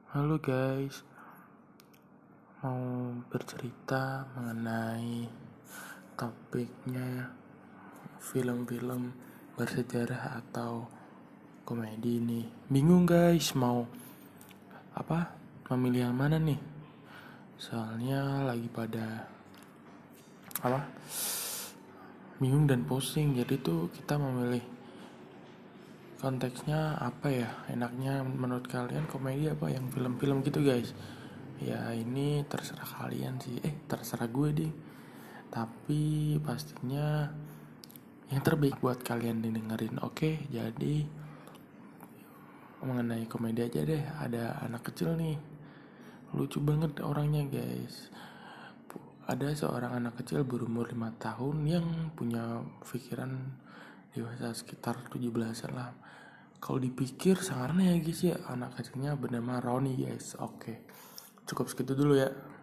Halo guys, mau bercerita mengenai topiknya film-film bersejarah atau komedi nih. Bingung guys, mau memilih yang mana nih? Soalnya lagi pada bingung dan pusing. Jadi tuh kita memilih konteksnya apa ya? Enaknya menurut kalian komedi apa yang film-film gitu guys? Ya ini terserah kalian sih. Terserah gue deh. Tapi pastinya yang terbaik buat kalian didengerin. Oke, jadi mengenai komedi aja deh. Ada anak kecil nih, lucu banget orangnya guys. Ada seorang anak kecil berumur 5 tahun yang punya pikiran dewasa sekitar 17-an lah. Kalau dipikir sangat aneh ya guys ya. Anak kecilnya bernama Roni guys. Oke, cukup segitu dulu ya.